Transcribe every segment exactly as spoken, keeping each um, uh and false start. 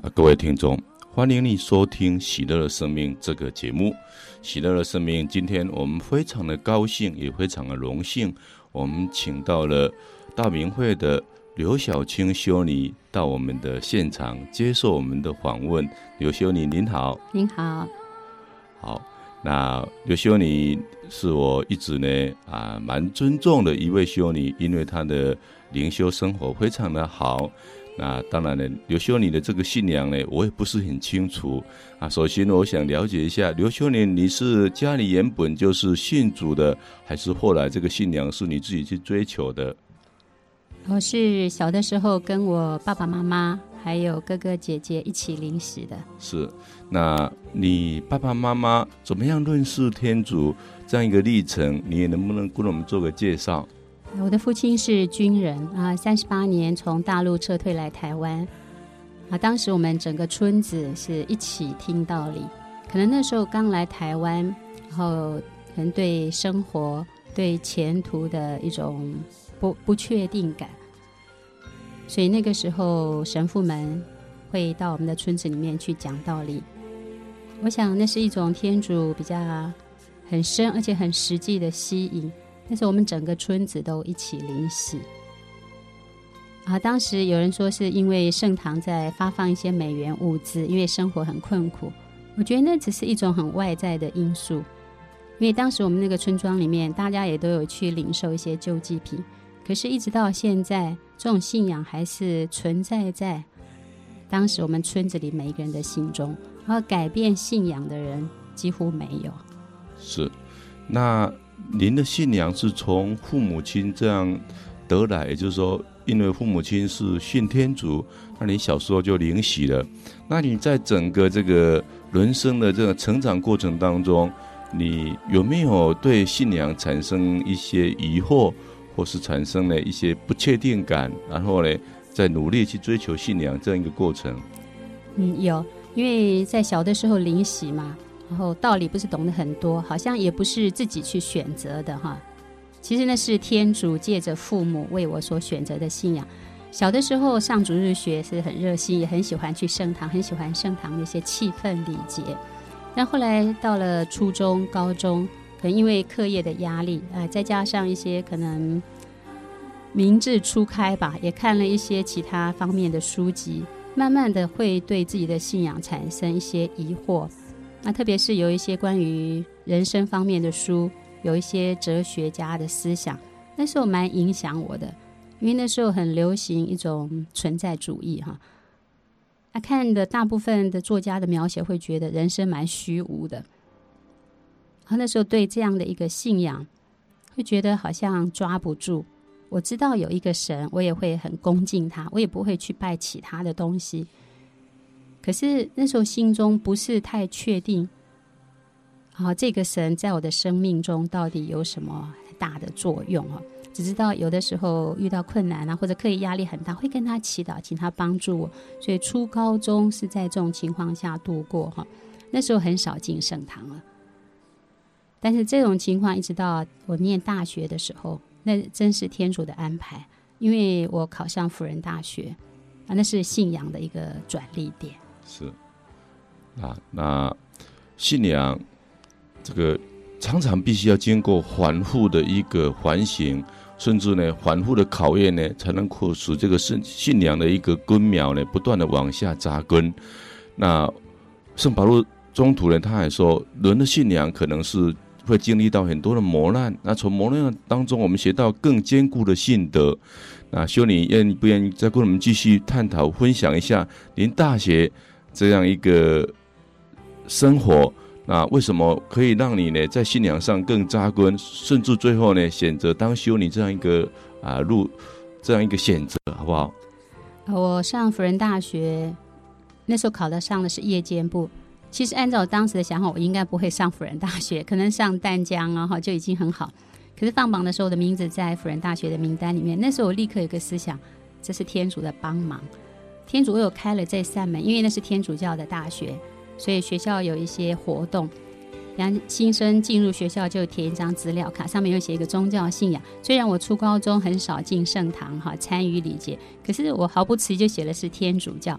啊，各位听众，欢迎你收听喜乐的生命这个节目。喜乐的生命，今天我们非常的高兴，也非常的荣幸，我们请到了大明会的刘晓青修女到我们的现场接受我们的访问。刘修女您好。 您好。 好，那刘修女是我一直呢啊蛮尊重的一位修女，因为她的灵修生活非常的好。那当然呢，刘修女的这个信仰呢，我也不是很清楚啊。首先我想了解一下，刘修女你是家里原本就是信主的，还是后来这个信仰是你自己去追求的？ 我是小的时候跟我爸爸妈妈还有哥哥姐姐一起领洗的。是， 那你爸爸妈妈怎么样认识天主这样一个历程，你也能不能跟我们做个介绍？ 我的父亲是军人啊，三十八年从大陆撤退来台湾啊，当时我们整个村子是一起听道理。可能那时候刚来台湾，然后可能对生活、对前途的一种不不确定感，所以那个时候神父们会到我们的村子里面去讲道理。我想那是一种天主比较很深而且很实际的吸引。但是我们整个村子都一起领洗啊！当时有人说是因为圣堂在发放一些美元物资，因为生活很困苦。我觉得那只是一种很外在的因素，因为当时我们那个村庄里面，大家也都有去领受一些救济品。可是，一直到现在，这种信仰还是存在在当时我们村子里每一个人的心中，然后改变信仰的人几乎没有。 是，那您的信仰是从父母亲这样得来，也就是说因为父母亲是信天主，那你小时候就领洗了。那你在整个这个人生的这个成长过程当中，你有没有对信仰产生一些疑惑，或是产生了一些不确定感，然后呢再努力去追求信仰这样一个过程？ 嗯，有，因为在小的时候领洗嘛，然后道理不是懂得很多，好像也不是自己去选择的哈。其实那是天主借着父母为我所选择的信仰。小的时候上主日学是很热心，也很喜欢去圣堂，很喜欢圣堂的一些气氛礼节。但后来到了初中、高中，可能因为课业的压力，呃，再加上一些可能明智初开吧，也看了一些其他方面的书籍，慢慢的会对自己的信仰产生一些疑惑。那特别是有一些关于人生方面的书，有一些哲学家的思想，那时候蛮影响我的，因为那时候很流行一种存在主义哈。啊，看的大部分的作家的描写，会觉得人生蛮虚无的。然后那时候对这样的一个信仰，会觉得好像抓不住。我知道有一个神，我也会很恭敬他，我也不会去拜其他的东西。可是那时候心中不是太确定，啊，这个神在我的生命中到底有什么大的作用啊？只知道有的时候遇到困难啊，或者课业压力很大，会跟他祈祷，请他帮助我。所以初高中是在这种情况下度过哈。那时候很少进圣堂了，但是这种情况一直到我念大学的时候，那真是天主的安排，因为我考上辅仁大学啊，那是信仰的一个转捩点。 是啊，那信仰这个常常必须要经过反复的一个反省，甚至呢反复的考验呢，才能够使这个信仰的一个根苗呢不断的往下扎根。那圣保禄宗徒呢，他还说，人的信仰可能是会经历到很多的磨难，那从磨难当中，我们学到更坚固的信德。那修女愿不愿意再跟我们继续探讨分享一下您大学这样一个生活？那为什么可以让你呢在信仰上更扎根，甚至最后呢选择当修女这样一个啊路，这样一个选择，好不好？ 我上辅仁大学那时候考得上的是夜间部，其实按照我当时的想法，我应该不会上辅仁大学，可能上淡江啊就已经很好。可是放榜的时候，我的名字在辅仁大学的名单里面，那时候我立刻有个思想，这是天主的帮忙，天主为我开了这扇门，因为那是天主教的大学，所以学校有一些活动，然后新生进入学校就填一张资料卡，上面有写一个宗教信仰。虽然我初高中很少进圣堂哈参与礼节，可是我毫不迟疑就写的是天主教。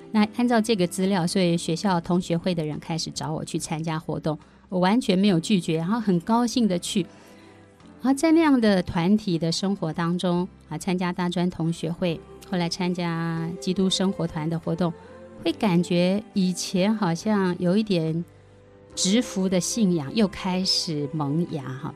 那按照这个资料，所以学校同学会的人开始找我去参加活动，我完全没有拒绝，然后很高兴的去。然后在那样的团体的生活当中啊，参加大专同学会，后来参加基督生活团的活动，会感觉以前好像有一点直服的信仰又开始萌芽哈。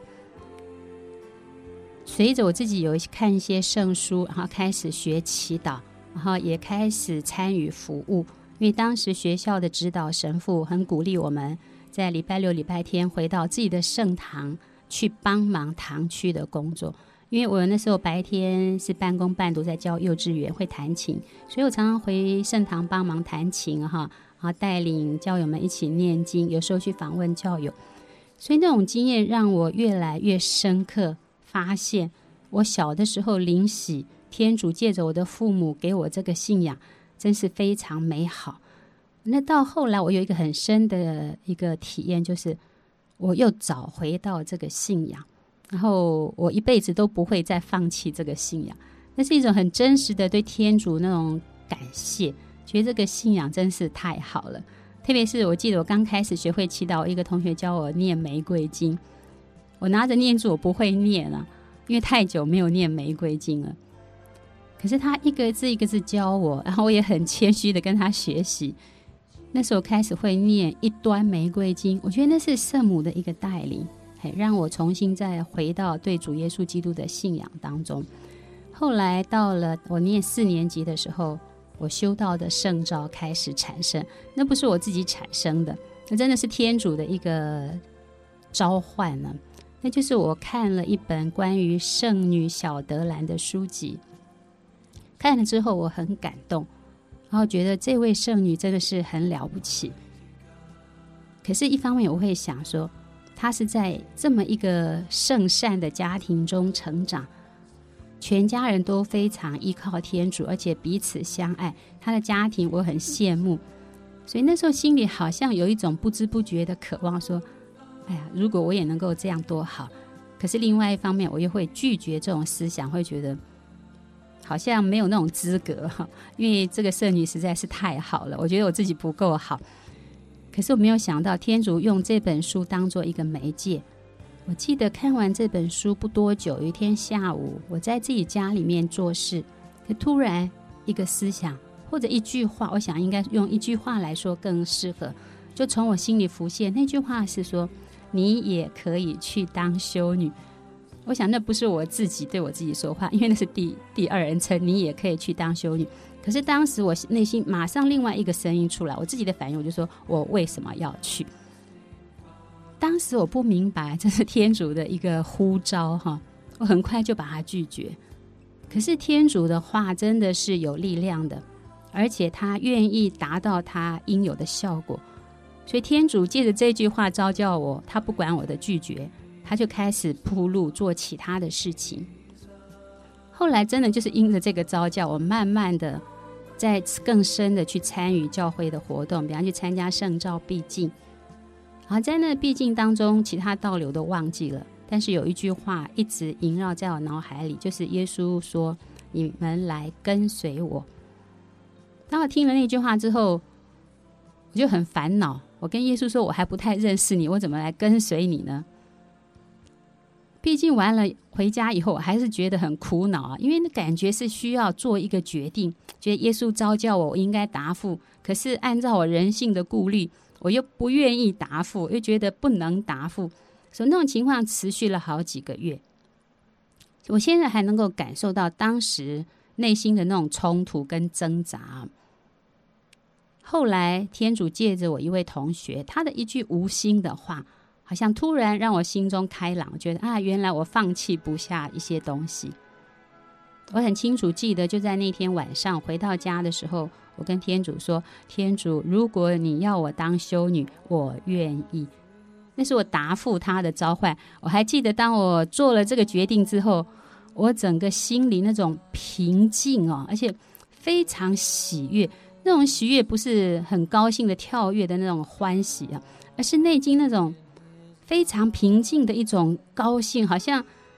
随着我自己有看一些圣书，然后开始学祈祷，然后也开始参与服务，因为当时学校的指导神父很鼓励我们在礼拜六礼拜天回到自己的圣堂去帮忙堂区的工作。因为我那时候白天是半工半读在教幼稚园，会弹琴，所以我常常回圣堂帮忙弹琴哈，然后带领教友们一起念经，有时候去访问教友。所以那种经验让我越来越深刻，发现我小的时候领洗，天主借着我的父母给我这个信仰真是非常美好。那到后来我有一个很深的一个体验，就是我又找回到这个信仰，然后我一辈子都不会再放弃这个信仰。那是一种很真实的对天主那种感谢，觉得这个信仰真是太好了。特别是我记得我刚开始学会祈祷，一个同学教我念玫瑰经，我拿着念珠我不会念了，因为太久没有念玫瑰经了。可是他一个字一个字教我，然后我也很谦虚的跟他学习。那时候开始会念一端玫瑰经，我觉得那是圣母的一个带领，让我重新再回到对主耶稣基督的信仰当中。后来到了我念四年级的时候，我修道的圣召开始产生，那不是我自己产生的，那真的是天主的一个召唤呢。那就是我看了一本关于圣女小德兰的书籍，看了之后我很感动，然后觉得这位圣女真的是很了不起。可是一方面我会想说，她是在这么一个圣善的家庭中成长，全家人都非常依靠天主，而且彼此相爱，她的家庭我很羡慕。所以那时候心里好像有一种不知不觉的渴望，说哎呀，如果我也能够这样多好。可是另外一方面我又会拒绝这种思想，会觉得好像没有那种资格，因为这个圣女实在是太好了，我觉得我自己不够好。可是我没有想到天主用这本书当作一个媒介。我记得看完这本书不多久，有一天下午我在自己家里面做事，可突然一个思想或者一句话，我想应该用一句话来说更适合，就从我心里浮现。那句话是说，你也可以去当修女。我想那不是我自己对我自己说话，因为那是第第二人称，你也可以去当修女。可是当时我内心马上另外一个声音出来，我自己的反应我就说，我为什么要去？当时我不明白这是天主的一个呼召哈，我很快就把它拒绝。可是天主的话真的是有力量的，而且他愿意达到他应有的效果。所以天主借着这句话召叫我，他不管我的拒绝，他就开始铺路做其他的事情。后来真的就是因着这个召叫，我慢慢的在更深的去参与教会的活动，比方去参加圣召毕竟，然后在那毕竟当中其他道理都忘记了，但是有一句话一直萦绕在我脑海里，就是耶稣说，你们来跟随我。当我听了那句话之后，我就很烦恼，我跟耶稣说，我还不太认识你，我怎么来跟随你呢？毕竟完了回家以后，我还是觉得很苦恼啊，因为那感觉是需要做一个决定，觉得耶稣召叫我，我应该答复，可是按照我人性的顾虑，我又不愿意答复，又觉得不能答复，所以那种情况持续了好几个月。我现在还能够感受到当时内心的那种冲突跟挣扎。后来天主借着我一位同学，他的一句无心的话，好像突然让我心中开朗，觉得啊，原来我放弃不下一些东西。我很清楚记得，就在那天晚上回到家的时候，我跟天主说，天主，如果你要我当修女，我愿意。那是我答复他的召唤。我还记得当我做了这个决定之后，我整个心里那种平静哦，而且非常喜悦。那种喜悦不是很高兴的跳跃的那种欢喜啊，而是内心那种非常平静的一种高兴，好像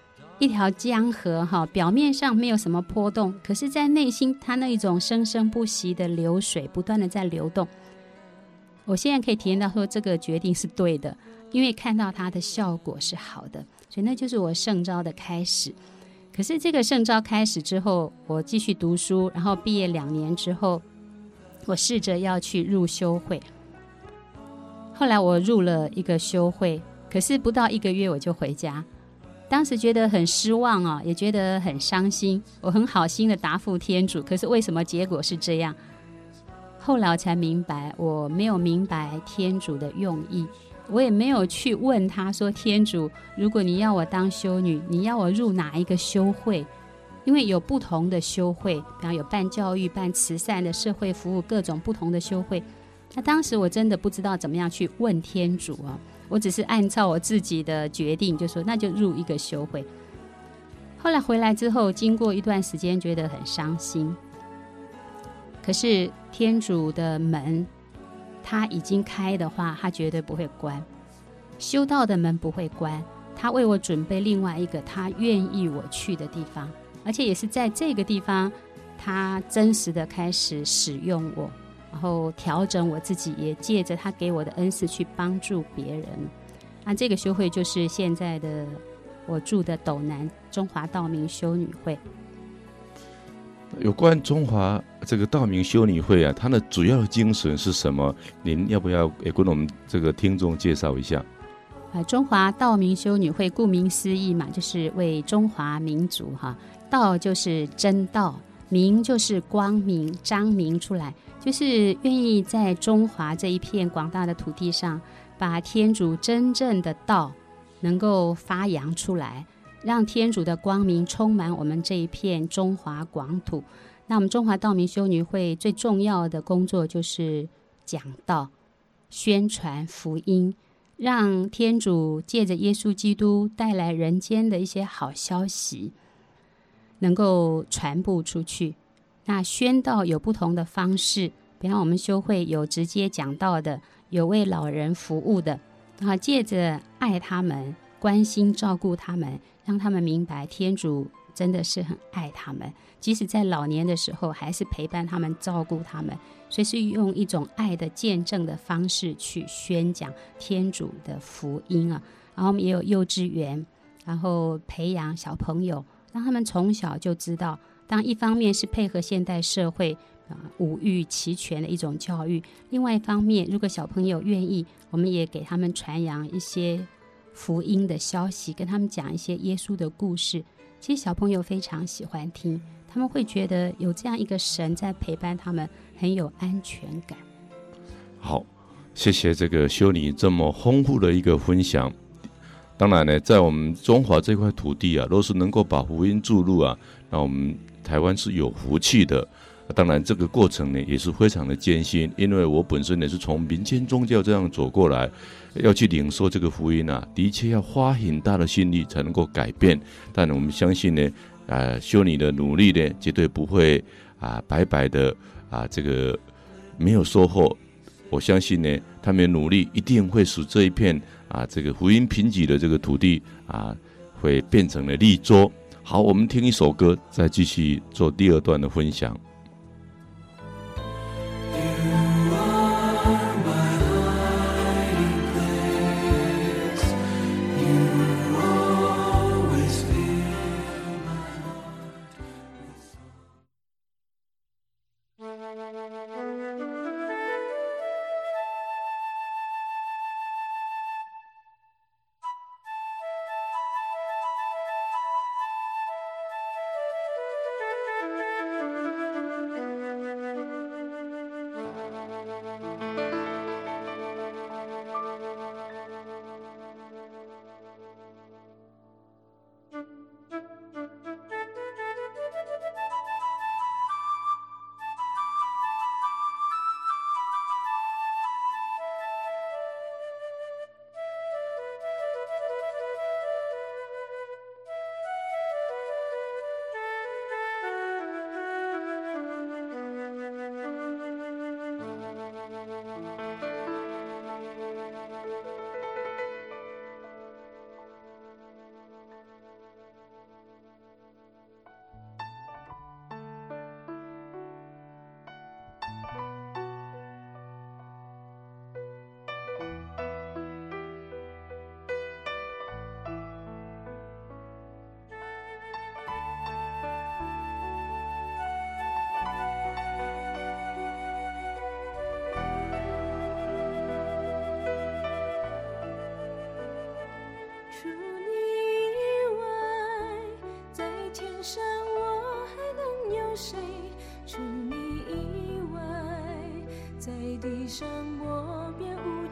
一条江河哈，表面上没有什么波动，可是在内心它那一种生生不息的流水，不断的在流动。我现在可以体验到说这个决定是对的，因为看到它的效果是好的，所以那就是我圣召的开始。可是这个圣召开始之后，我继续读书，然后毕业两年之后，我试着要去入修会。后来我入了一个修会，可是不到一个月我就回家。当时觉得很失望啊，也觉得很伤心。我很好心的答复天主，可是为什么结果是这样？后来我才明白，我没有明白天主的用意，我也没有去问他说，天主，如果你要我当修女，你要我入哪一个修会？因为有不同的修会，比方有办教育、办慈善的、社会服务，各种不同的修会。那当时我真的不知道怎么样去问天主啊，我只是按照我自己的决定，就说那就入一个修会。后来回来之后，经过一段时间，觉得很伤心。可是天主的门他已经开的话，他绝对不会关。修道的门不会关，他为我准备另外一个他愿意我去的地方，而且也是在这个地方他真实的开始使用我，然后调整我自己，也借着他给我的恩赐去帮助别人。那这个修会就是现在的我住的斗南中华道明修女会。 有关中华这个道明修女会啊，它的主要的精神是什么？您要不要也跟我们这个听众介绍一下？ 呃，中华道明修女会顾名思义嘛，就是为中华民族哈，道就是真道，明就是光明，彰明出来，就是愿意在中华这一片广大的土地上，把天主真正的道能够发扬出来，让天主的光明充满我们这一片中华广土。那我们中华道明修女会最重要的工作就是讲道、宣传福音，让天主借着耶稣基督带来人间的一些好消息能够传播出去。那宣道有不同的方式，比方我们修会有直接讲道的，有为老人服务的，然后借着爱他们，关心照顾他们，让他们明白天主真的是很爱他们，即使在老年的时候还是陪伴他们，照顾他们，所以是用一种爱的见证的方式去宣讲天主的福音啊。然后我们也有幼稚园，然后培养小朋友，让他们从小就知道，当一方面是配合现代社会啊五育齐全的一种教育，另外一方面如果小朋友愿意，我们也给他们传扬一些福音的消息，跟他们讲一些耶稣的故事。其实小朋友非常喜欢听，他们会觉得有这样一个神在陪伴他们，很有安全感。 好，谢谢这个修女这么丰富的一个分享。当然呢，在我们中华这块土地啊，若是能够把福音注入啊，那我们台湾是有福气的。当然这个过程呢也是非常的艰辛，因为我本身呢是从民间宗教这样走过来，要去领受这个福音啊，的确要花很大的心力才能够改变。但我们相信呢，呃，修女的努力呢绝对不会啊白白的啊这个没有收获。我相信呢，他们的努力一定会使这一片啊这个福音贫瘠的这个土地啊会变成了绿洲。好，我们听一首歌，再继续做第二段的分享。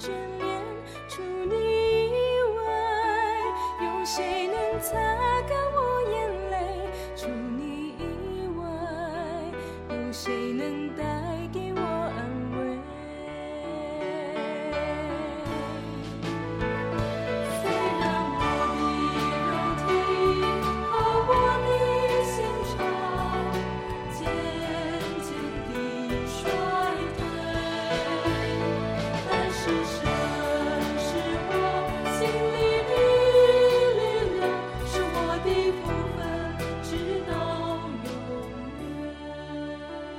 眷恋，除你以外，有谁能擦干我眼泪？除你以外，有谁能带给我安慰？虽然我的肉体和我的心肠渐渐地衰退，但是神是我心里的力量，是我的福分，直到永远。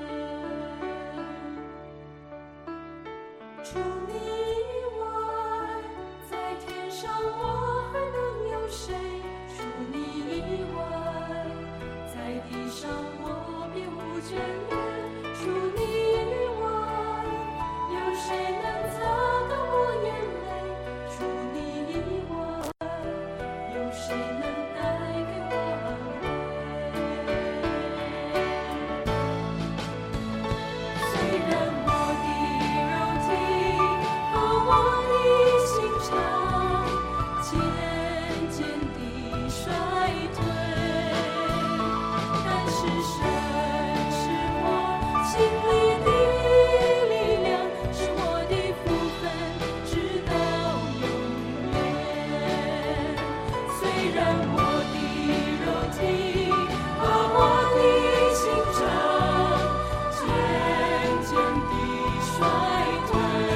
除你以外，在天上我还能有谁？除你以外，在地上我别无眷恋。除你以外，有谁能擦干我眼泪？除你以外，有谁能带给我安慰？虽然我的肉体和我的心肠渐渐地衰退，但是神是我心里的力量，是我的福分，直到永远。虽然我的肉体和我的心肠渐渐地衰退，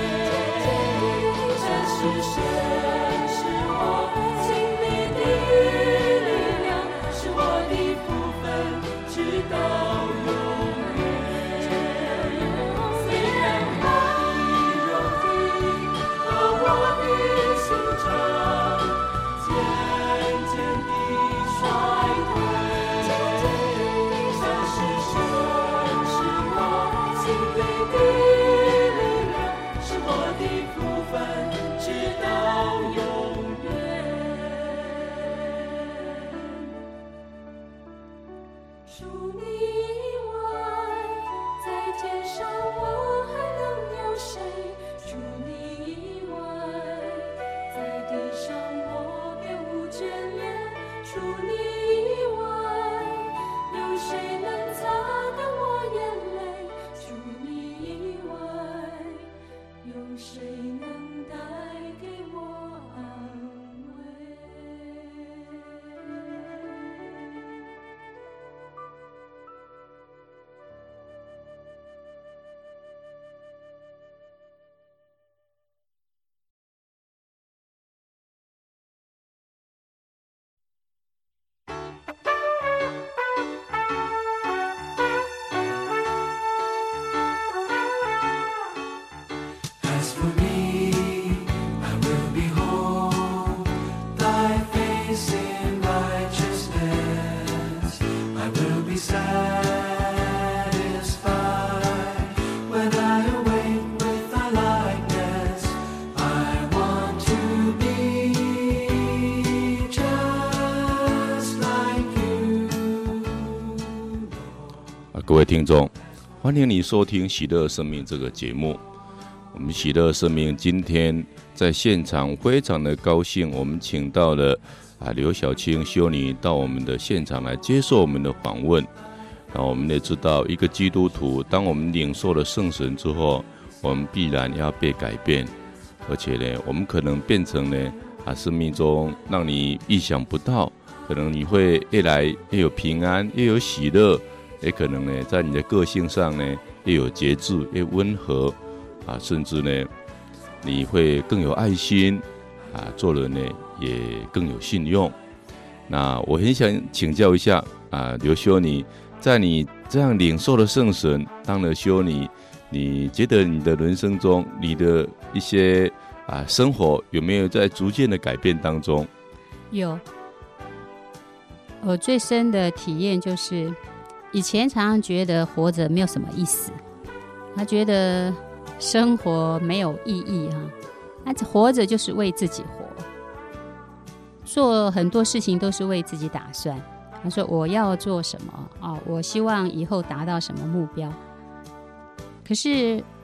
但是神是我心里的力量，是我的福分，直到永远。虽然我的肉体和我的心肠渐渐地衰退，但是神是我心里的力量，是我的福分，直到永远。除你以外，在天上我还能有谁？除你以外，在地上我别无眷恋。除你以外，有谁能擦干我眼泪？除你以外，有谁能带给我安慰？As for me, I will behold thy face in righteousness. I will be satisfied when I awake with thy likeness. I want to be just like you. 啊，各位听众，欢迎你收听《喜乐生命》这个节目。我们喜乐生命今天在现场非常的高兴，我们请到了啊刘晓青修女到我们的现场来接受我们的访问。然后我们也知道，一个基督徒，当我们领受了圣神之后，我们必然要被改变，而且呢，我们可能变成呢啊生命中让你意想不到，可能你会越来越有平安，越有喜乐，也可能呢在你的个性上呢越有节制，越温和。啊，甚至呢，你会更有爱心，啊，做人呢也更有信用。那我很想请教一下啊，刘修女，在你这样领受了圣神，当了修女，你觉得你的人生中，你的一些啊生活有没有在逐渐的改变当中？ 有，我最深的体验就是，以前常常觉得活着没有什么意思，他觉得生活没有意义哈，那活着就是为自己活，做很多事情都是为自己打算。他说我要做什么啊？我希望以后达到什么目标。可是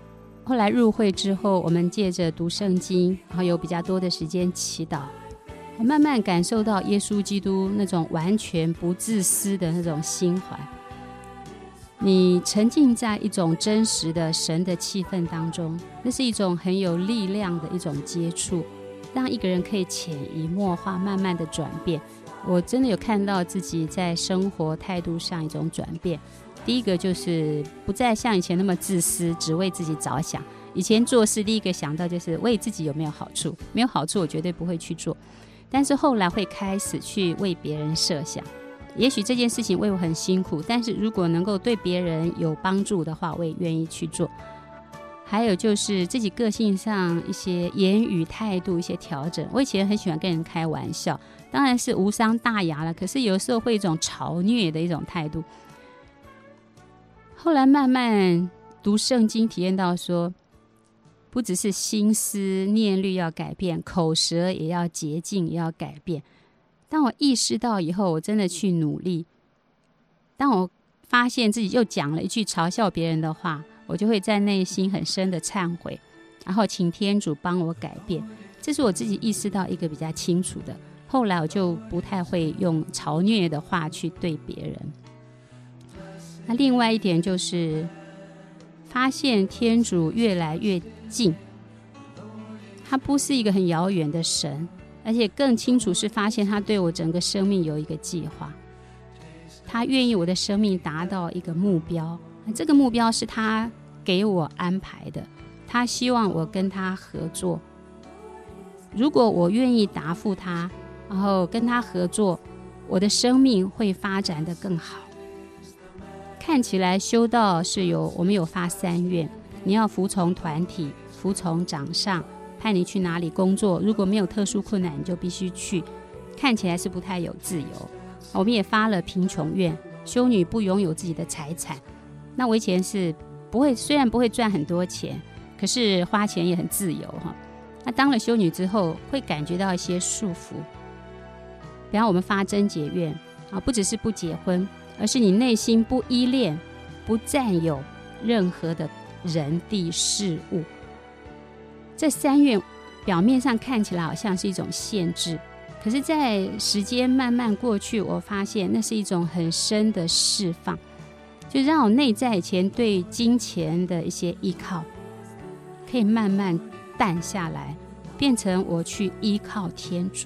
后来入会之后，我们借着读圣经，然后有比较多的时间祈祷，我慢慢感受到耶稣基督那种完全不自私的那种心怀。你沉浸在一种真实的神的气氛当中，那是一种很有力量的一种接触，让一个人可以潜移默化慢慢的转变。我真的有看到自己在生活态度上一种转变。第一个就是不再像以前那么自私，只为自己着想。以前做事第一个想到就是为自己有没有好处，没有好处我绝对不会去做。但是后来会开始去为别人设想，也许这件事情为我很辛苦，但是如果能够对别人有帮助的话，我也愿意去做。还有就是自己个性上一些言语态度一些调整。我以前很喜欢跟人开玩笑，当然是无伤大雅了，可是有时候会一种嘲谑的一种态度。后来慢慢读圣经，体验到说，不只是心思念虑要改变，口舌也要洁净，也要改变。当我意识到以后，我真的去努力。当我发现自己又讲了一句嘲笑别人的话，我就会在内心很深的忏悔，然后请天主帮我改变。这是我自己意识到一个比较清楚的。后来我就不太会用嘲谑的话去对别人。那另外一点就是发现天主越来越近，他不是一个很遥远的神，而且更清楚是发现他对我整个生命有一个计划，他愿意我的生命达到一个目标，这个目标是他给我安排的，他希望我跟他合作。如果我愿意答复他，然后跟他合作，我的生命会发展得更好。看起来修道是有我们有发三愿，你要服从团体，服从长上，派你去哪里工作，如果没有特殊困难你就必须去，看起来是不太有自由。我们也发了贫穷愿，修女不拥有自己的财产。那我以前是不会，虽然不会赚很多钱，可是花钱也很自由哈。那当了修女之后，会感觉到一些束缚。比方我们发贞洁愿啊，不只是不结婚，而是你内心不依恋、不占有任何的人地事物。这三愿表面上看起来好像是一种限制，可是在时间慢慢过去，我发现那是一种很深的释放，就让我内在以前对金钱的一些依靠可以慢慢淡下来，变成我去依靠天主。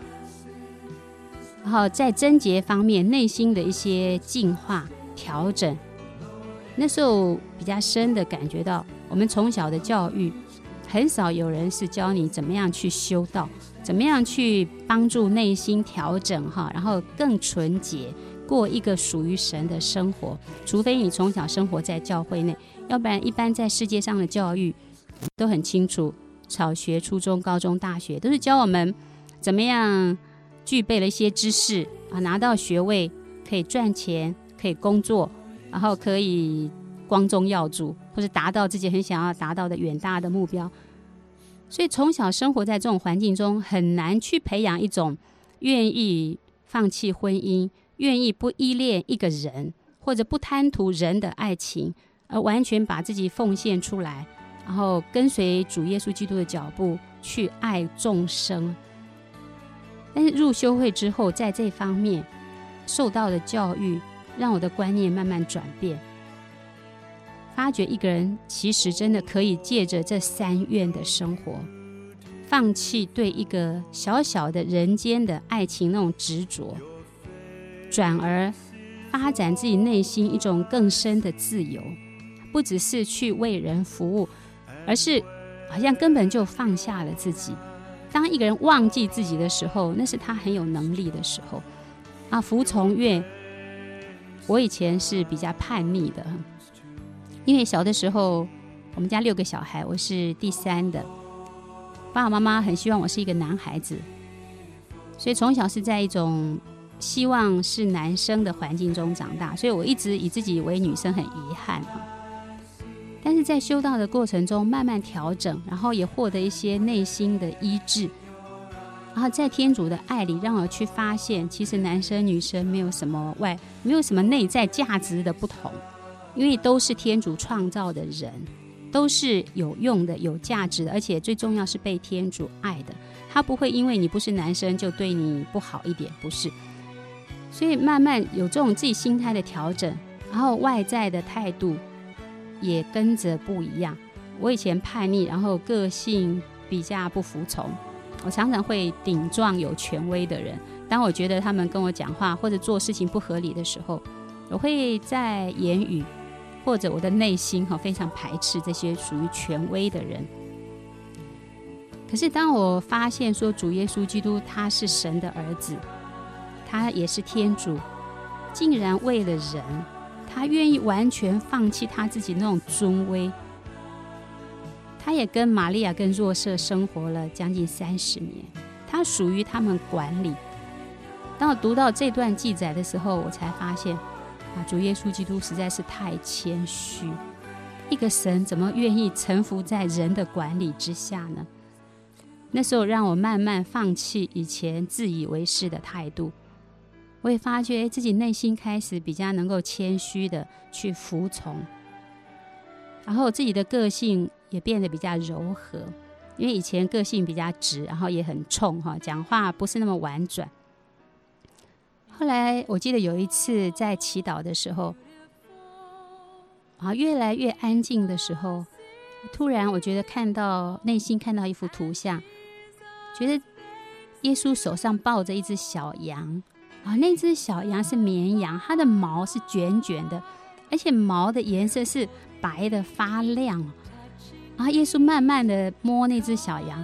然后在贞洁方面，内心的一些净化调整，那时候比较深的感觉到，我们从小的教育很少有人是教你怎么样去修道，怎么样去帮助内心调整哈，然后更纯洁，过一个属于神的生活。除非你从小生活在教会内，要不然一般在世界上的教育都很清楚，小学、初中、高中、大学都是教我们怎么样具备了一些知识啊，拿到学位可以赚钱，可以工作，然后可以光宗耀祖，或者达到自己很想要达到的远大的目标。所以从小生活在这种环境中，很难去培养一种愿意放弃婚姻，愿意不依恋一个人，或者不贪图人的爱情，而完全把自己奉献出来，然后跟随主耶稣基督的脚步去爱众生。但是入修会之后，在这方面受到的教育，让我的观念慢慢转变，发觉一个人其实真的可以借着这三愿的生活，放弃对一个小小的人间的爱情那种执着，转而发展自己内心一种更深的自由，不只是去为人服务，而是好像根本就放下了自己。当一个人忘记自己的时候，那是他很有能力的时候啊。服从愿，我以前是比较叛逆的，因为小的时候我们家六个小孩，我是第三的，爸爸妈妈很希望我是一个男孩子，所以从小是在一种希望是男生的环境中长大，所以我一直以自己为女生，很遗憾。但是在修道的过程中慢慢调整，然后也获得一些内心的医治，然后在天主的爱里让我去发现，其实男生女生没有什么外没有什么内在价值的不同，因为都是天主创造的人， 都是有用的、有价值的，而且最重要是被天主爱的。他不会因为你不是男生就对你不好一点，不是。所以慢慢有这种自己心态的调整，然后外在的态度也跟着不一样。我以前叛逆，然后个性比较不服从，我常常会顶撞有权威的人。当我觉得他们跟我讲话或者做事情不合理的时候，我会在言语或者我的内心非常排斥这些属于权威的人。可是当我发现说主耶稣基督他是神的儿子，他也是天主，竟然为了人，他愿意完全放弃他自己那种尊威。他也跟玛利亚跟若瑟生活了将近三十年，他属于他们管理。当我读到这段记载的时候，我才发现啊，主耶稣基督实在是太谦虚。一个神怎么愿意臣服在人的管理之下呢？那时候让我慢慢放弃以前自以为是的态度，我也发觉自己内心开始比较能够谦虚的去服从，然后自己的个性也变得比较柔和。因为以前个性比较直，然后也很冲，讲话不是那么婉转。后来我记得有一次在祈祷的时候，啊，越来越安静的时候，突然我觉得看到内心看到一幅图像，觉得耶稣手上抱着一只小羊，啊，那只小羊是绵羊，它的毛是卷卷的，而且毛的颜色是白的发亮。啊，耶稣慢慢的摸那只小羊。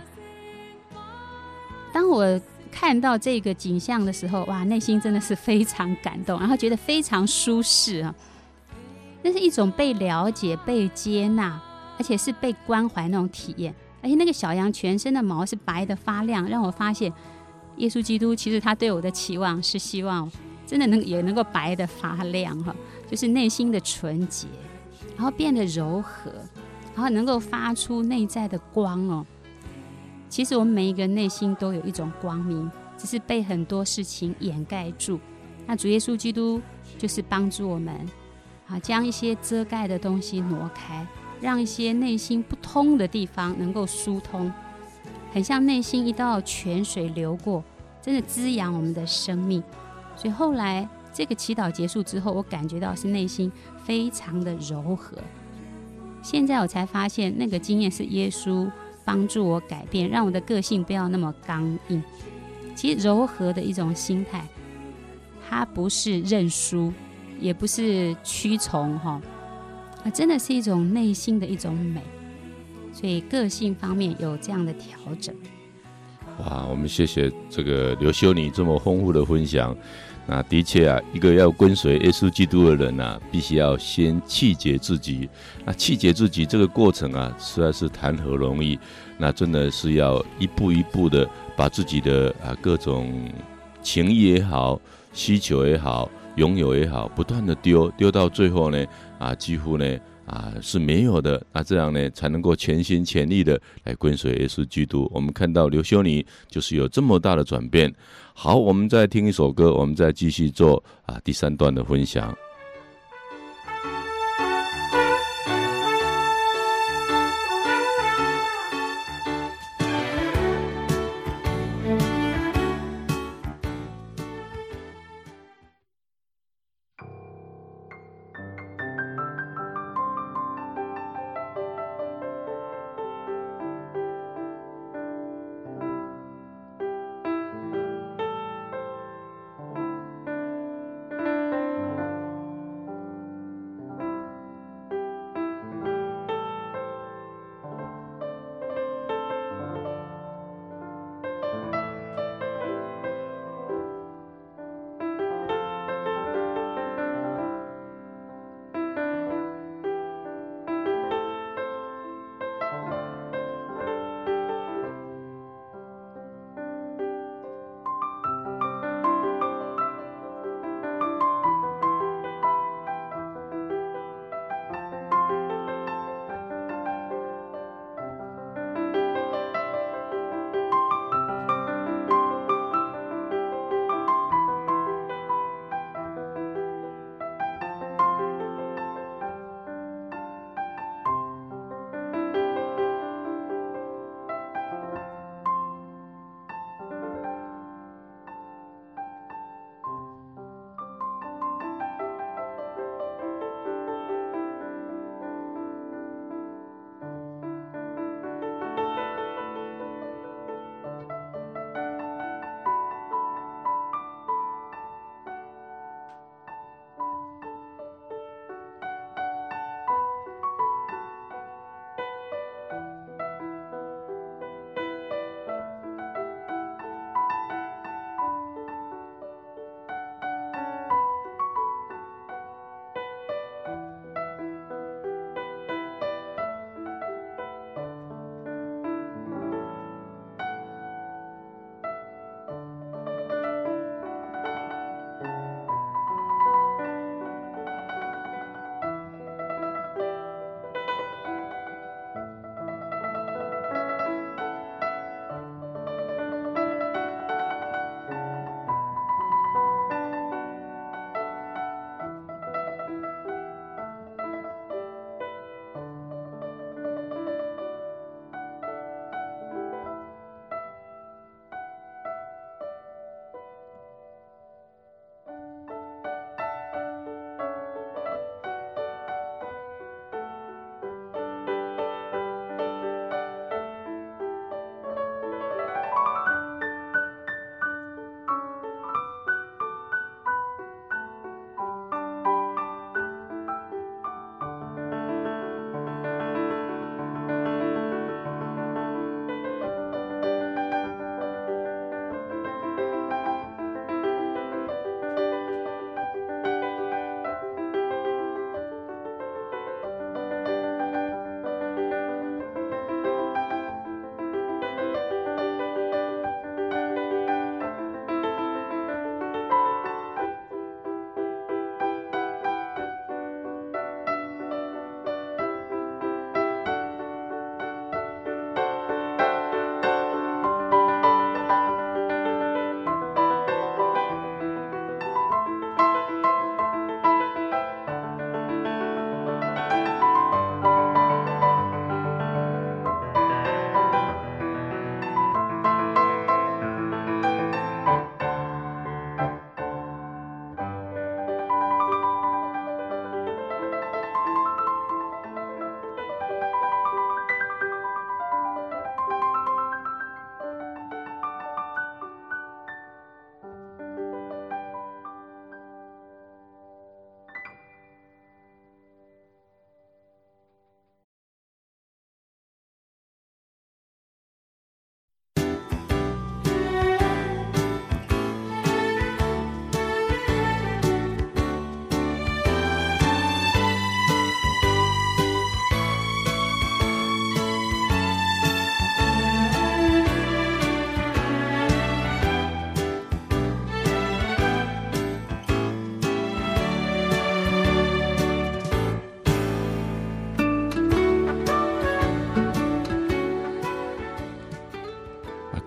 当我看到这个景象的时候，哇，内心真的是非常感动，然后觉得非常舒适啊。那是一种被了解、被接纳，而且是被关怀那种体验。而且那个小羊全身的毛是白的发亮，让我发现耶稣基督其实他对我的期望是希望真的能也能够白的发亮哈，就是内心的纯洁，然后变得柔和，然后能够发出内在的光哦。其实我们每一个人内心都有一种光明，只是被很多事情掩盖住。那主耶稣基督就是帮助我们啊，将一些遮盖的东西挪开，让一些内心不通的地方能够疏通，很像内心一道泉水流过，真的滋养我们的生命。所以后来这个祈祷结束之后，我感觉到是内心非常的柔和。现在我才发现那个经验是耶稣帮助我改变，让我的个性不要那么刚硬。其实柔和的一种心态，它不是认输，也不是屈从哈，真的是一种内心的一种美。所以个性方面有这样的调整。 哇，我们谢谢这个刘修女这么丰富的分享。那的确啊，一个要跟随耶稣基督的人啊，必须要先弃绝自己。那弃绝自己这个过程啊，实在是谈何容易。那真的是要一步一步的把自己的啊各种情谊也好、需求也好、拥有也好，不断的丢丢到最后呢，啊，几乎呢啊是没有的。那这样呢，才能够全心全力的来跟随耶稣基督。我们看到刘修女就是有这么大的转变。好，我们再听一首歌，我们再继续做啊第三段的分享。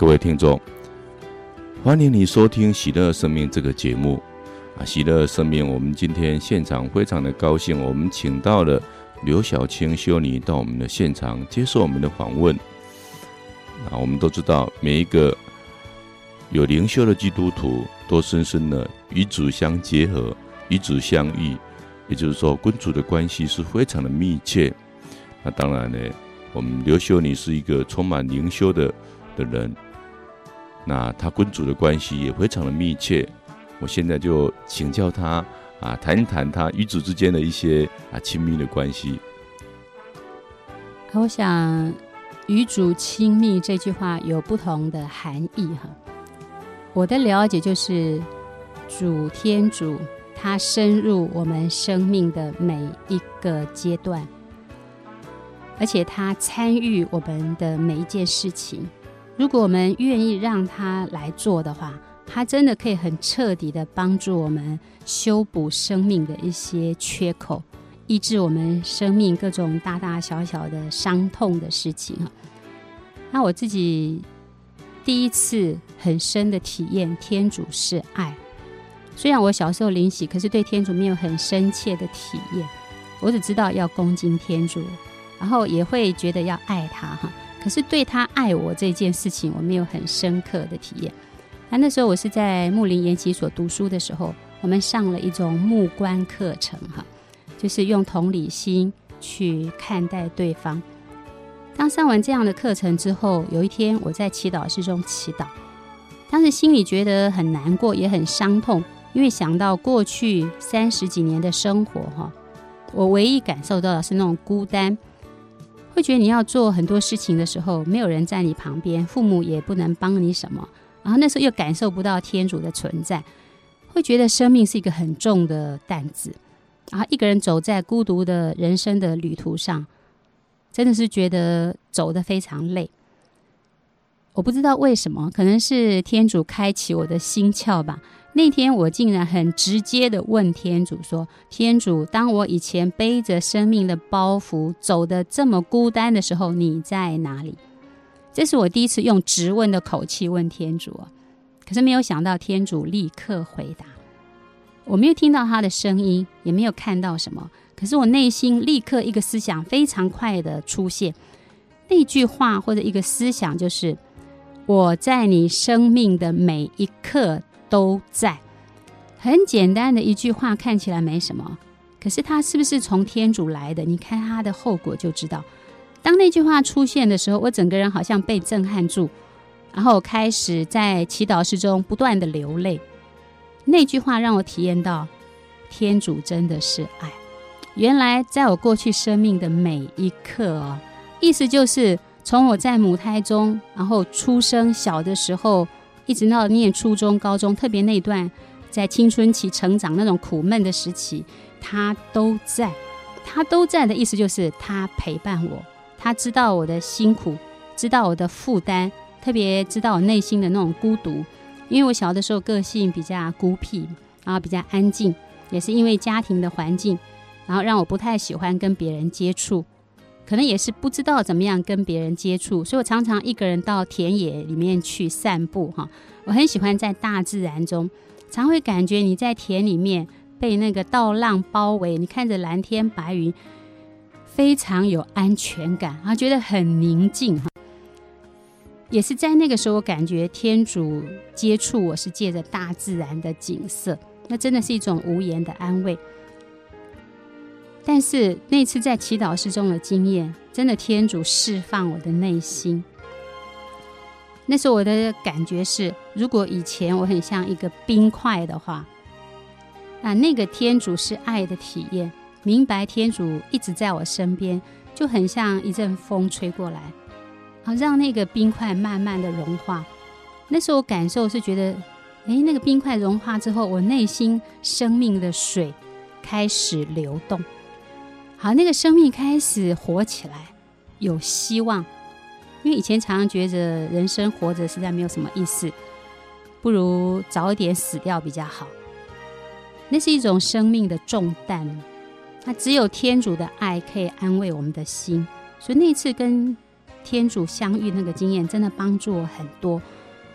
位听众，欢迎你收听喜乐生命这个节目啊！喜乐生命，我们今天现场非常的高兴，我们请到了刘晓清修女到我们的现场接受我们的访问。啊，我们都知道，每一个有灵修的基督徒都深深的与主相结合，与主相遇，也就是说，跟主的关系是非常的密切。那当然呢，我们刘修女是一个充满灵修的的人，那她跟主的关系也非常的密切。我现在就请教她啊，谈一谈她与主之间的一些啊亲密的关系。 我想与主亲密这句话有不同的含义哈。我的了解就是主天主他深入我们生命的每一个阶段，而且他参与我们的每一件事情。如果我们愿意让他来做的话，他真的可以很彻底的帮助我们修补生命的一些缺口，医治我们生命各种大大小小的伤痛的事情。那我自己第一次很深的体验天主是爱，虽然我小时候灵洗，可是对天主没有很深切的体验。我只知道要恭敬天主，然后也会觉得要爱他哈，可是对他爱我这件事情我没有很深刻的体验。那那时候我是在牧灵研习所读书的时候，我们上了一种牧观课程哈，就是用同理心去看待对方。当上完这样的课程之后，有一天我在祈祷室中祈祷，当时心里觉得很难过，也很伤痛，因为想到过去三十几年的生活哈，我唯一感受到的是那种孤单，会觉得你要做很多事情的时候，没有人在你旁边，父母也不能帮你什么，然后那时候又感受不到天主的存在，会觉得生命是一个很重的担子，然后一个人走在孤独的人生的旅途上，真的是觉得走得非常累。我不知道为什么，可能是天主开启我的心窍吧。那天我竟然很直接的问天主说，天主，当我以前背着生命的包袱走得这么孤单的时候，你在哪里？这是我第一次用质问的口气问天主，可是没有想到天主立刻回答。我没有听到他的声音，也没有看到什么，可是我内心立刻一个思想非常快的出现，那句话或者一个思想就是，我在你生命的每一刻都在。很简单的一句话，看起来没什么，可是它是不是从天主来的？你看它的后果就知道。当那句话出现的时候，我整个人好像被震撼住，然后开始在祈祷室中不断的流泪。那句话让我体验到天主真的是爱。原来在我过去生命的每一刻哦，意思就是从我在母胎中，然后出生小的时候，一直到念初中高中，特别那段在青春期成长那种苦闷的时期，他都在。他都在的意思就是他陪伴我，他知道我的辛苦，知道我的负担，特别知道我内心的那种孤独。因为我小的时候个性比较孤僻，然后比较安静，也是因为家庭的环境，然后让我不太喜欢跟别人接触，可能也是不知道怎么样跟别人接触，所以我常常一个人到田野里面去散步哈。我很喜欢在大自然中，常会感觉你在田里面被那个稻浪包围，你看着蓝天白云，非常有安全感，然后觉得很宁静。也是在那个时候，我感觉天主接触我是借着大自然的景色，那真的是一种无言的安慰。但是那次在祈祷室中的经验，真的天主释放我的内心。那时候我的感觉是，如果以前我很像一个冰块的话，那那个天主是爱的体验，明白天主一直在我身边，就很像一阵风吹过来，好让那个冰块慢慢的融化。那时候我感受是觉得，哎，那个冰块融化之后，我内心生命的水开始流动，好，那个生命开始活起来，有希望。因为以前常常觉得人生活着实在没有什么意思，不如早一点死掉比较好。那是一种生命的重担，那只有天主的爱可以安慰我们的心。所以那次跟天主相遇那个经验真的帮助我很多。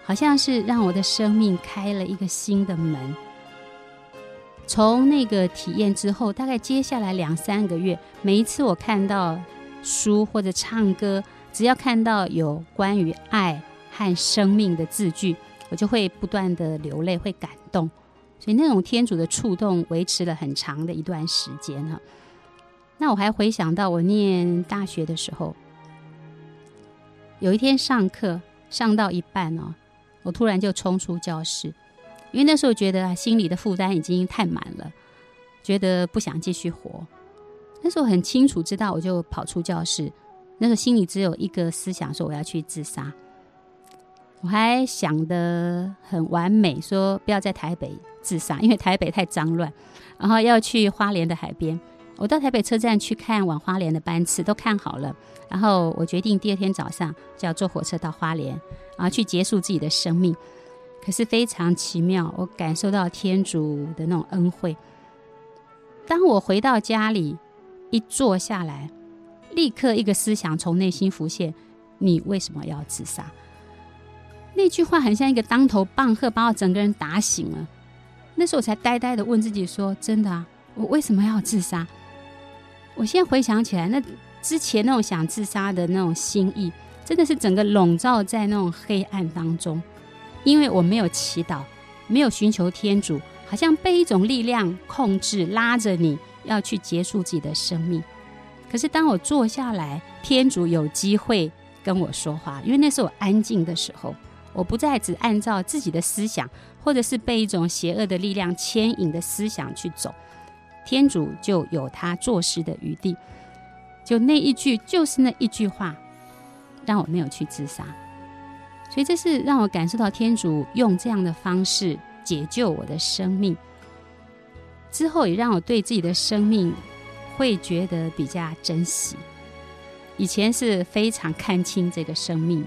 好像是让我的生命开了一个新的门。从那个体验之后，大概接下来两三个月，每一次我看到书或者唱歌，只要看到有关于爱和生命的字句，我就会不断的流泪，会感动。所以那种天主的触动维持了很长的一段时间哈。那我还回想到我念大学的时候，有一天上课上到一半哦，我突然就冲出教室，因为那时候觉得、啊、心里的负担已经太满了，觉得不想继续活。那时候很清楚知道，我就跑出教室。那时候心里只有一个思想，说我要去自杀。我还想得很完美，说不要在台北自杀，因为台北太脏乱，然后要去花莲的海边。我到台北车站去看往花莲的班次，都看好了。然后我决定第二天早上就要坐火车到花莲，然后去结束自己的生命。可是非常奇妙，我感受到天主的那种恩惠。当我回到家里，一坐下来，立刻一个思想从内心浮现：你为什么要自杀？那句话很像一个当头棒喝，把我整个人打醒了。那时候我才呆呆的问自己说：真的啊，我为什么要自杀？我现在回想起来，那之前那种想自杀的那种心意，真的是整个笼罩在那种黑暗当中。因为我没有祈祷，没有寻求天主，好像被一种力量控制，拉着你要去结束自己的生命。可是当我坐下来，天主有机会跟我说话，因为那是我安静的时候，我不再只按照自己的思想，或者是被一种邪恶的力量牵引的思想去走，天主就有他做事的余地。就那一句，就是那一句话，让我没有去自杀。所以这是让我感受到天主用这样的方式解救我的生命，之后也让我对自己的生命会觉得比较珍惜。以前是非常看清这个生命。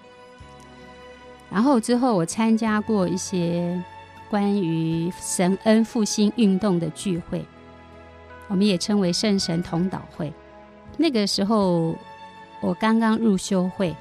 然后之后我参加过一些关于神恩复兴运动的聚会，我们也称为圣神同祷会。那个时候我刚刚入修会，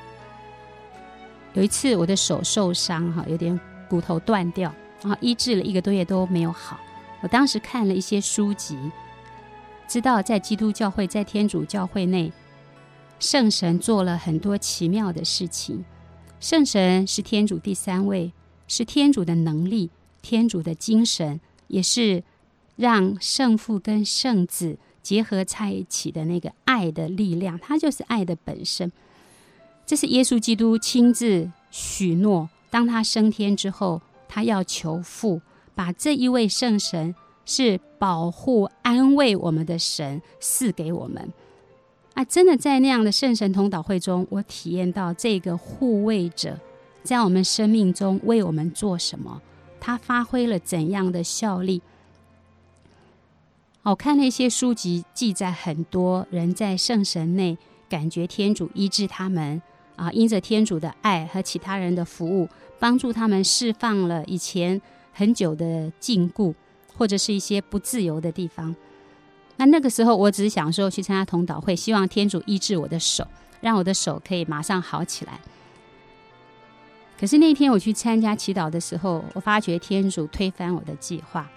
有一次我的手受伤，有点骨头断掉，然后医治了一个多月都没有好。我当时看了一些书籍，知道在基督教会，在天主教会内，圣神做了很多奇妙的事情。圣神是天主第三位，是天主的能力，天主的精神，也是让圣父跟圣子结合在一起的那个爱的力量，它就是爱的本身。这是耶稣基督亲自许诺，当他升天之后，他要求父把这一位圣神是保护安慰我们的神赐给我们啊！真的在那样的圣神同祷会中，我体验到这个护卫者在我们生命中为我们做什么，他发挥了怎样的效力。我看那些书籍记载很多人在圣神内感觉天主医治他们啊，因着天主的爱和其他人的服务，帮助他们释放了以前很久的禁锢，或者是一些不自由的地方。那那个时候我只是想说去参加同祷会，希望天主医治我的手，让我的手可以马上好起来。可是那天我去参加祈祷的时候，我发觉天主推翻我的计划。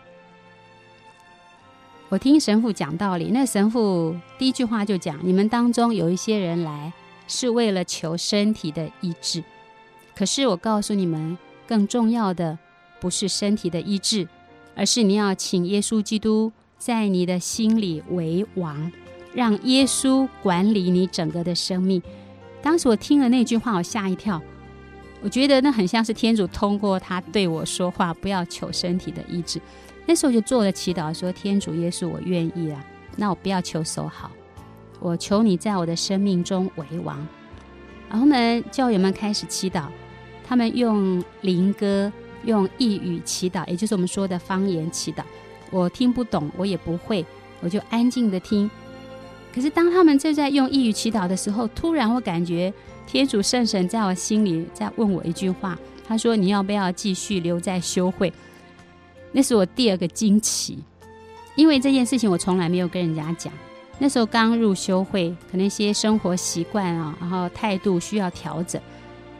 我听神父讲道理，那神父第一句话就讲，你们当中有一些人来是为了求身体的医治，可是我告诉你们，更重要的不是身体的医治，而是你要请耶稣基督在你的心里为王，让耶稣管理你整个的生命。当时我听了那句话，我吓一跳，我觉得那很像是天主通过他对我说话，不要求身体的医治。那时候就做了祈祷，说天主耶稣，我愿意啊，那我不要求手好，我求你在我的生命中为王。然后我们教友们开始祈祷，他们用灵歌，用异语祈祷，也就是我们说的方言祈祷。我听不懂，我也不会，我就安静的听。可是当他们正在用异语祈祷的时候，突然我感觉天主圣神在我心里在问我一句话，他说你要不要继续留在修会。那是我第二个惊奇，因为这件事情我从来没有跟人家讲。那时候刚入修会，可能一些生活习惯啊，然后态度需要调整。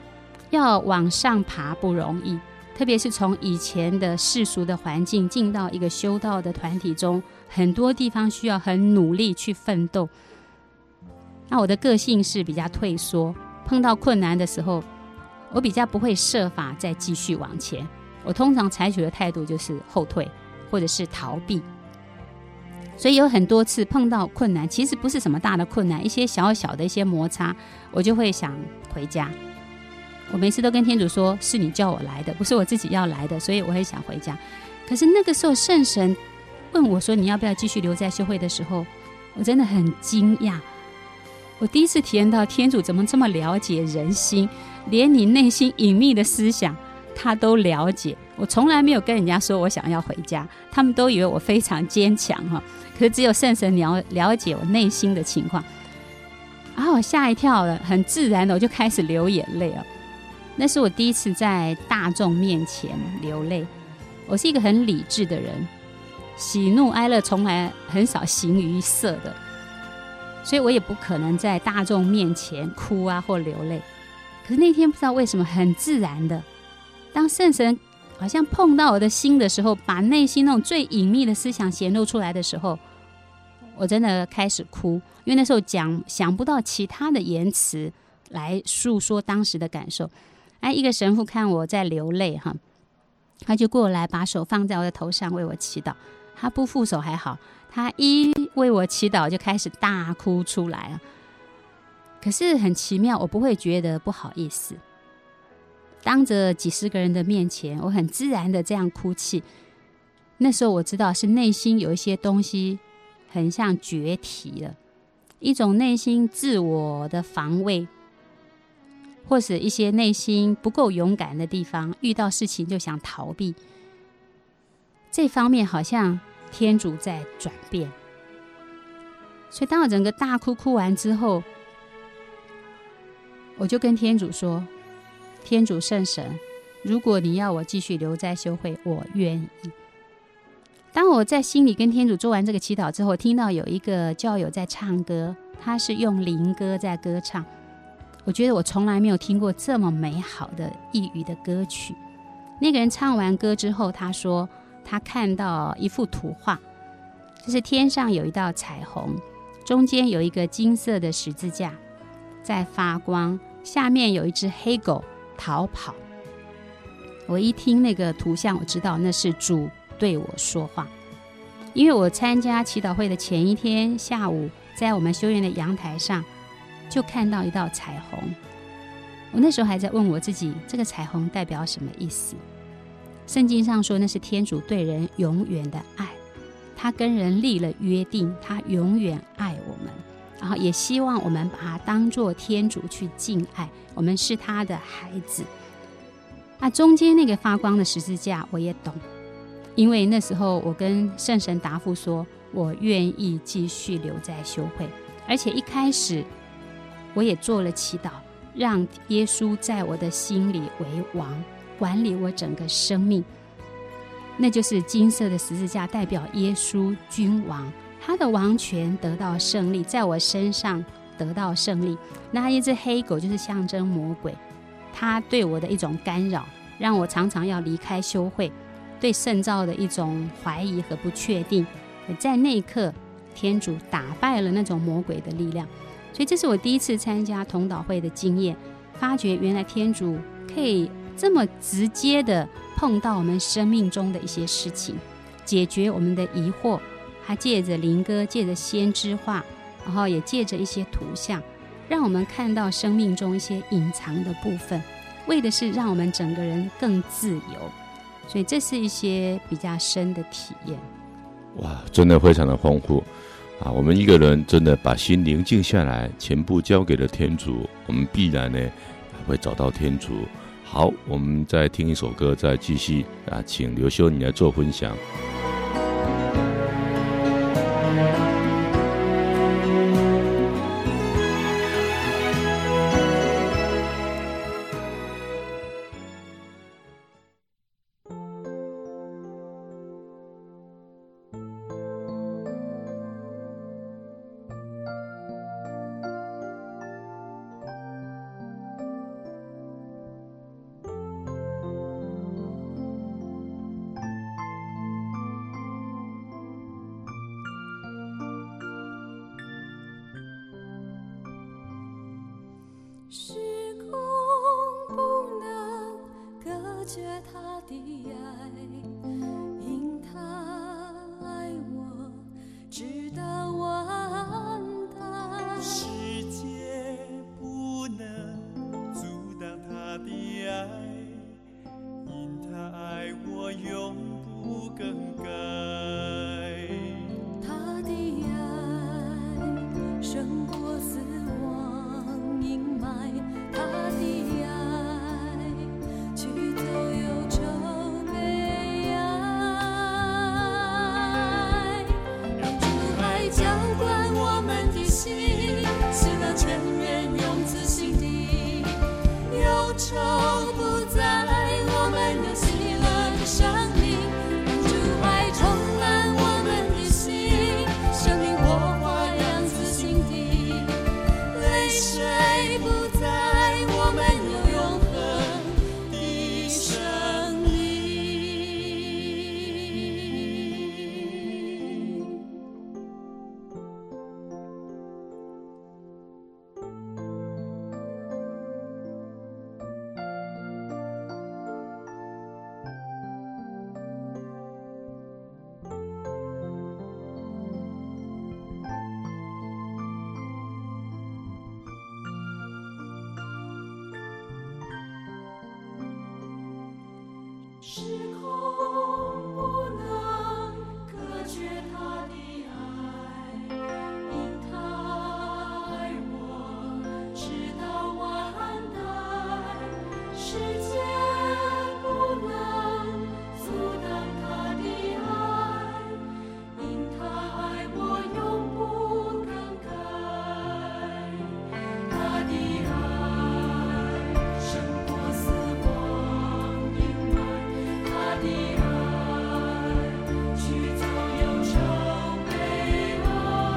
要往上爬不容易，特别是从以前的世俗的环境进到一个修道的团体中，很多地方需要很努力去奋斗。那我的个性是比较退缩，碰到困难的时候，我比较不会设法再继续往前，我通常采取的态度就是后退或者是逃避。所以有很多次碰到困难，其实不是什么大的困难，一些小小的一些摩擦，我就会想回家。我每次都跟天主说，是你叫我来的，不是我自己要来的，所以我会想回家。可是那个时候圣神问我说你要不要继续留在修会的时候，我真的很惊讶。我第一次体验到天主怎么这么了解人心，连你内心隐秘的思想他都了解。我从来没有跟人家说我想要回家，他们都以为我非常坚强，可是只有圣神 了, 了解我内心的情况。然后我吓一跳了，很自然的我就开始流眼泪了。那是我第一次在大众面前流泪。我是一个很理智的人，喜怒哀乐从来很少形于色的，所以我也不可能在大众面前哭啊或流泪。可是那天不知道为什么很自然的，当圣神好像碰到我的心的时候，把内心那种最隐秘的思想显露出来的时候，我真的开始哭。因为那时候讲想不到其他的言辞来诉说当时的感受。哎，一个神父看我在流泪哈，他就过来把手放在我的头上为我祈祷。他不负手还好，他一为我祈祷就开始大哭出来了。可是很奇妙，我不会觉得不好意思。当着几十个人的面前，我很自然的这样哭泣。那时候我知道是内心有一些东西很像决堤了，一种内心自我的防卫，或是一些内心不够勇敢的地方，遇到事情就想逃避。这方面好像天主在转变。所以当我整个大哭哭完之后，我就跟天主说，天主圣神，如果你要我继续留在修会，我愿意。当我在心里跟天主做完这个祈祷之后，听到有一个教友在唱歌，他是用灵歌在歌唱。我觉得我从来没有听过这么美好的异语的歌曲。那个人唱完歌之后，他说他看到一幅图画，就是天上有一道彩虹，中间有一个金色的十字架在发光，下面有一只黑狗逃跑。我一听那个图像，我知道那是主对我说话。因为我参加祈祷会的前一天下午，在我们修院的阳台上就看到一道彩虹。我那时候还在问我自己，这个彩虹代表什么意思？圣经上说那是天主对人永远的爱，他跟人立了约定，他永远爱我们，然后也希望我们把他当作天主去敬爱，我们是他的孩子。啊，中间那个发光的十字架我也懂，因为那时候我跟圣神答复说，我愿意继续留在修会，而且一开始我也做了祈祷，让耶稣在我的心里为王，管理我整个生命。那就是金色的十字架代表耶稣君王，他的王权得到胜利，在我身上得到胜利。那一只黑狗就是象征魔鬼，他对我的一种干扰，让我常常要离开修会，对圣召的一种怀疑和不确定。在那一刻，天主打败了那种魔鬼的力量。所以这是我第一次参加同祷会的经验，发觉原来天主可以这么直接的碰到我们生命中的一些事情，解决我们的疑惑。他借着灵歌，借着先知话，然后也借着一些图像，让我们看到生命中一些隐藏的部分，为的是让我们整个人更自由。所以这是一些比较深的体验。 哇，真的非常的丰富啊！我们一个人真的把心宁静下来，全部交给了天主，我们必然呢会找到天主。好，我们再听一首歌，再继续啊，请刘修你来做分享。 他的爱，因他爱我，直到完蛋。 世界不能阻挡他的爱，因他爱我永不更改。 他的爱胜过死亡阴霾，他的爱驱走忧愁悲哀，让主爱浇灌我们的心，使那全然永自心底，忧愁不在，我们有喜乐的生命，让主爱充满我们的心，生命火花扬自心底，泪水不在，我们有永恒的生命。时空不能隔绝他的爱，因他爱我，直到完蛋。世界不能阻挡他的爱，因他爱我永不更改。他的爱胜过死亡阴霾，他的爱驱走忧愁悲哀，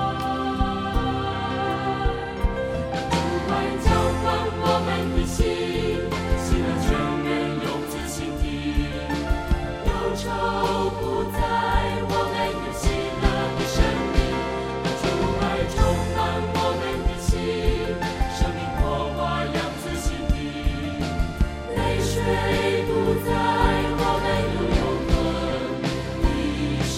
主爱浇灌我们的心，喜乐全然永自心底，忧愁不在，我们有喜乐的生命，主爱充满我们的心，生命火花扬自心底，泪水不在，我们有永恒的生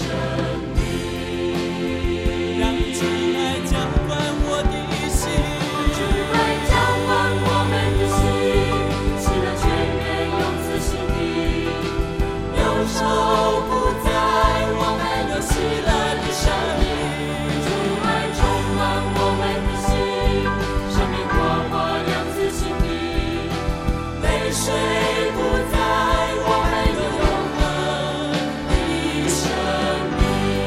命。 让主爱浇灌我的心， 主爱浇灌我们的心，喜乐全然永自心底，忧愁不在，我们有喜乐的生命。主爱充满我们的心，生命火花扬自心底，泪水不在，我们有永恒的生命。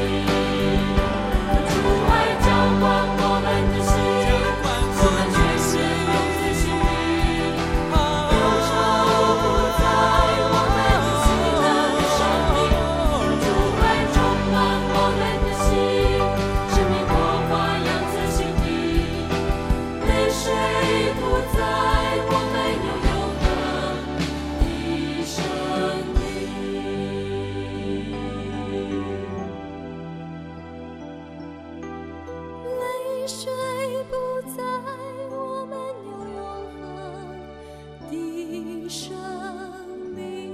主爱浇灌我们的心，喜乐全然永自心底，忧愁不在，我们有喜乐的生命。主爱充满我们的心，生命火花扬自心底，泪水不在，我们有永恒的生命。泪水不在，我们有永恒的生命。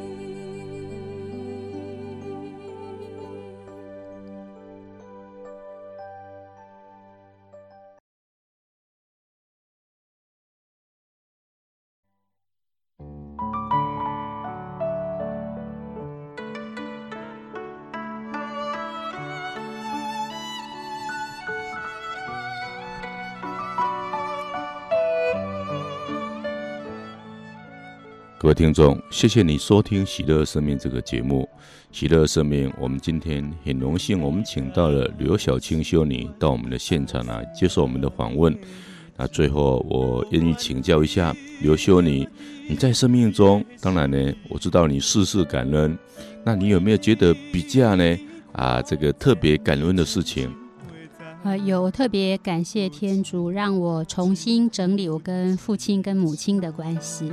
各位听众，谢谢你收听《喜乐生命》这个节目。喜乐生命，我们今天很荣幸，我们请到了刘晓清修女到我们的现场来接受我们的访问。那最后，我愿意请教一下刘修女，你在生命中，当然呢，我知道你事事感恩，那你有没有觉得比较呢啊这个特别感恩的事情？ 呃，有特别感谢天主，让我重新整理我跟父亲跟母亲的关系。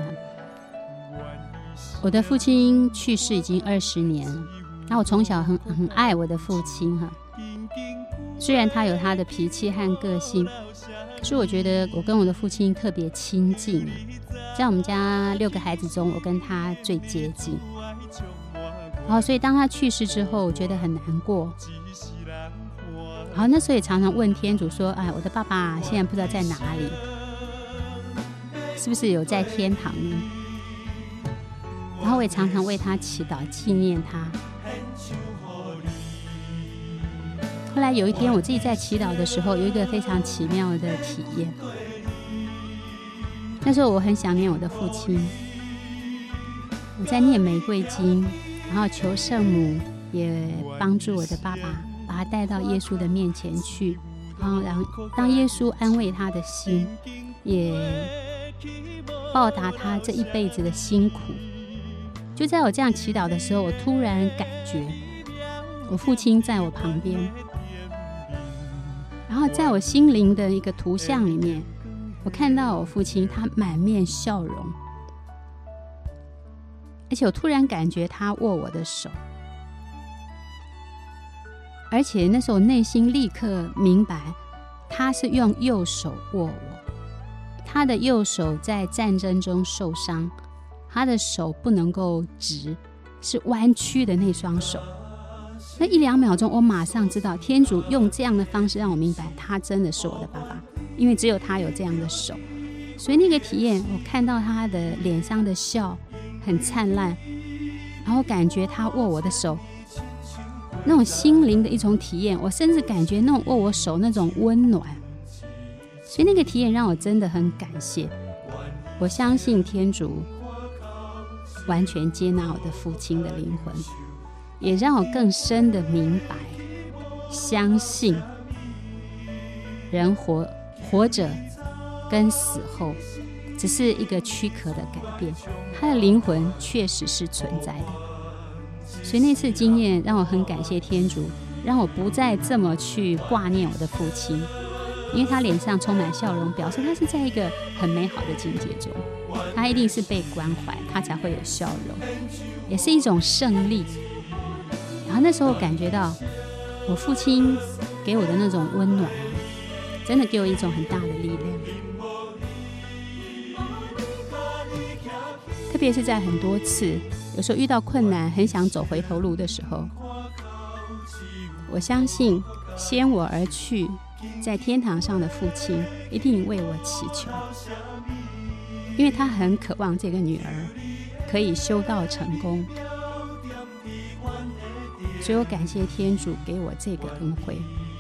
我的父亲去世已经二十年，那我从小很很爱我的父亲哈。虽然他有他的脾气和个性，可是我觉得我跟我的父亲特别亲近啊。在我们家六个孩子中，我跟他最接近。 然后所以当他去世之后，我觉得很难过。然后那时候也常常问天主说：“哎，我的爸爸现在不知道在哪里，是不是有在天堂呢？”然后我也常常为他祈祷，纪念他。后来有一天，我自己在祈祷的时候，有一个非常奇妙的体验。那时候我很想念我的父亲，我在念玫瑰经，然后求圣母也帮助我的爸爸，把他带到耶稣的面前去，然后让让耶稣安慰他的心，也报答他这一辈子的辛苦。就在我这样祈祷的时候，我突然感觉我父亲在我旁边，然后在我心灵的一个图像里面，我看到我父亲他满面笑容，而且我突然感觉他握我的手，而且那时候内心立刻明白，他是用右手握我，他的右手在战争中受伤，他的手不能够直，是弯曲的那双手。那一两秒钟，我马上知道天主用这样的方式让我明白，他真的是我的爸爸，因为只有他有这样的手。所以那个体验，我看到他的脸上的笑很灿烂，然后感觉他握我的手，那种心灵的一种体验，我甚至感觉那种握我手那种温暖。所以那个体验让我真的很感谢。我相信天主完全接纳我的父亲的灵魂，也让我更深的明白，相信人活活着跟死后只是一个躯壳的改变，他的灵魂确实是存在的。所以那次经验让我很感谢天主，让我不再这么去挂念我的父亲，因为他脸上充满笑容，表示他是在一个很美好的境界中，他一定是被关怀，他才会有笑容，也是一种胜利。然后那时候感觉到我父亲给我的那种温暖，真的给我一种很大的力量。特别是在很多次有时候遇到困难很想走回头路的时候，我相信先我而去在天堂上的父亲一定为我祈求，因为他很渴望这个女儿可以修道成功。所以我感谢天主给我这个恩惠。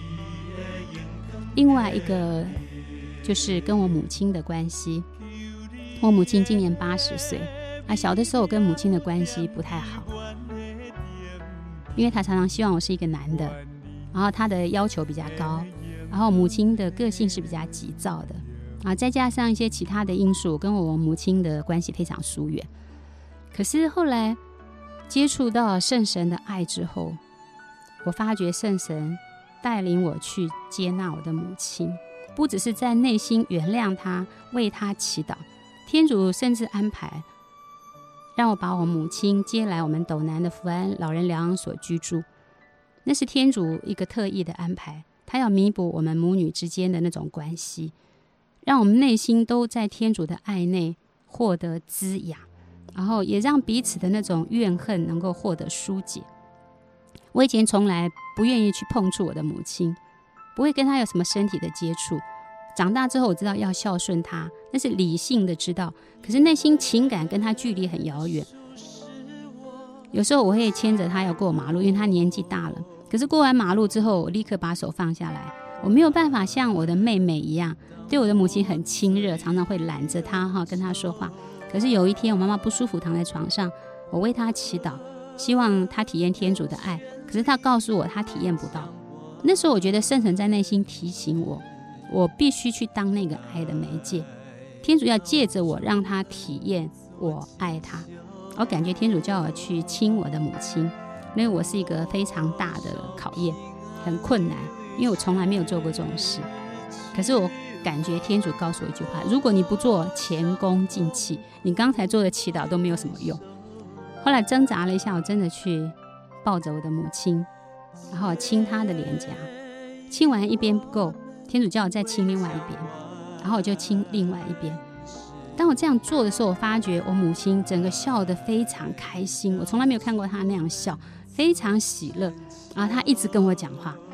另外一个就是跟我母亲的关系，我母亲今年八十岁啊，小的时候我跟母亲的关系不太好，因为她常常希望我是一个男的，然后她的要求比较高，然后母亲的个性是比较急躁的啊，再加上一些其他的因素，跟我母亲的关系非常疏远。可是后来接触到圣神的爱之后，我发觉圣神带领我去接纳我的母亲，不只是在内心原谅她，为她祈祷，天主甚至安排让我把我母亲接来我们斗南的福安老人疗养所居住，那是天主一个特意的安排，他要弥补我们母女之间的那种关系，让我们内心都在天主的爱内获得滋养，然后也让彼此的那种怨恨能够获得疏解。我以前从来不愿意去碰触我的母亲，不会跟她有什么身体的接触，长大之后我知道要孝顺她，那是理性的知道，可是内心情感跟她距离很遥远。有时候我会牵着她要过马路，因为她年纪大了，可是过完马路之后我立刻把手放下来，我没有办法像我的妹妹一样对我的母亲很亲热，常常会揽着她跟她说话。可是有一天我妈妈不舒服躺在床上，我为她祈祷，希望她体验天主的爱，可是她告诉我她体验不到。那时候我觉得圣神在内心提醒我，我必须去当那个爱的媒介，天主要借着我让她体验我爱她。我感觉天主叫我去亲我的母亲，因为我是一个非常大的考验，很困难，因为我从来没有做过这种事。可是我感觉天主告诉我一句话，如果你不做前功尽弃，你刚才做的祈祷都没有什么用。后来挣扎了一下，我真的去抱着我的母亲，然后亲她的脸颊，亲完一边不够，天主叫我再亲另外一边，然后我就亲另外一边。 当我这样做的时候，我发觉我母亲整个笑得非常开心，我从来没有看过她那样笑，非常喜乐，然后她一直跟我讲话。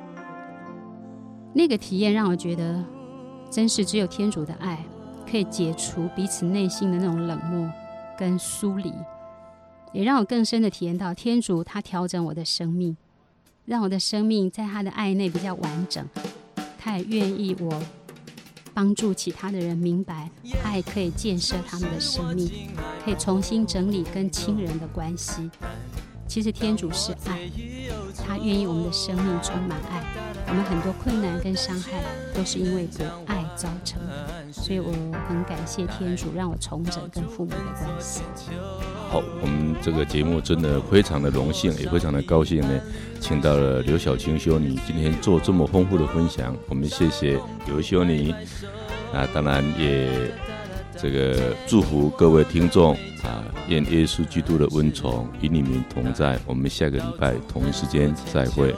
那个体验让我觉得，真是只有天主的爱可以解除彼此内心的那种冷漠跟疏离，也让我更深的体验到天主他调整我的生命，让我的生命在他的爱内比较完整。他也愿意我帮助其他的人明白，爱可以建设他们的生命，可以重新整理跟亲人的关系。其实天主是爱，他愿意我们的生命充满爱，我们很多困难跟伤害都是因为不爱造成的，所以我很感谢天主让我重整跟父母的关系。 好，我们这个节目真的非常的荣幸，也非常的高兴呢，请到了刘晓青修女今天做这么丰富的分享，我们谢谢刘修女。那当然也这个祝福各位听众啊，愿耶稣基督的恩宠与你们同在。我们下个礼拜同一时间再会。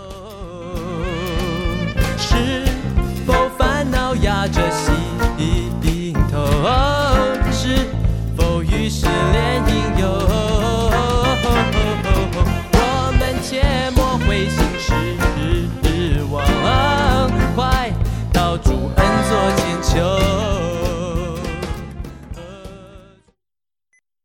是否烦恼压着心头？是否于失恋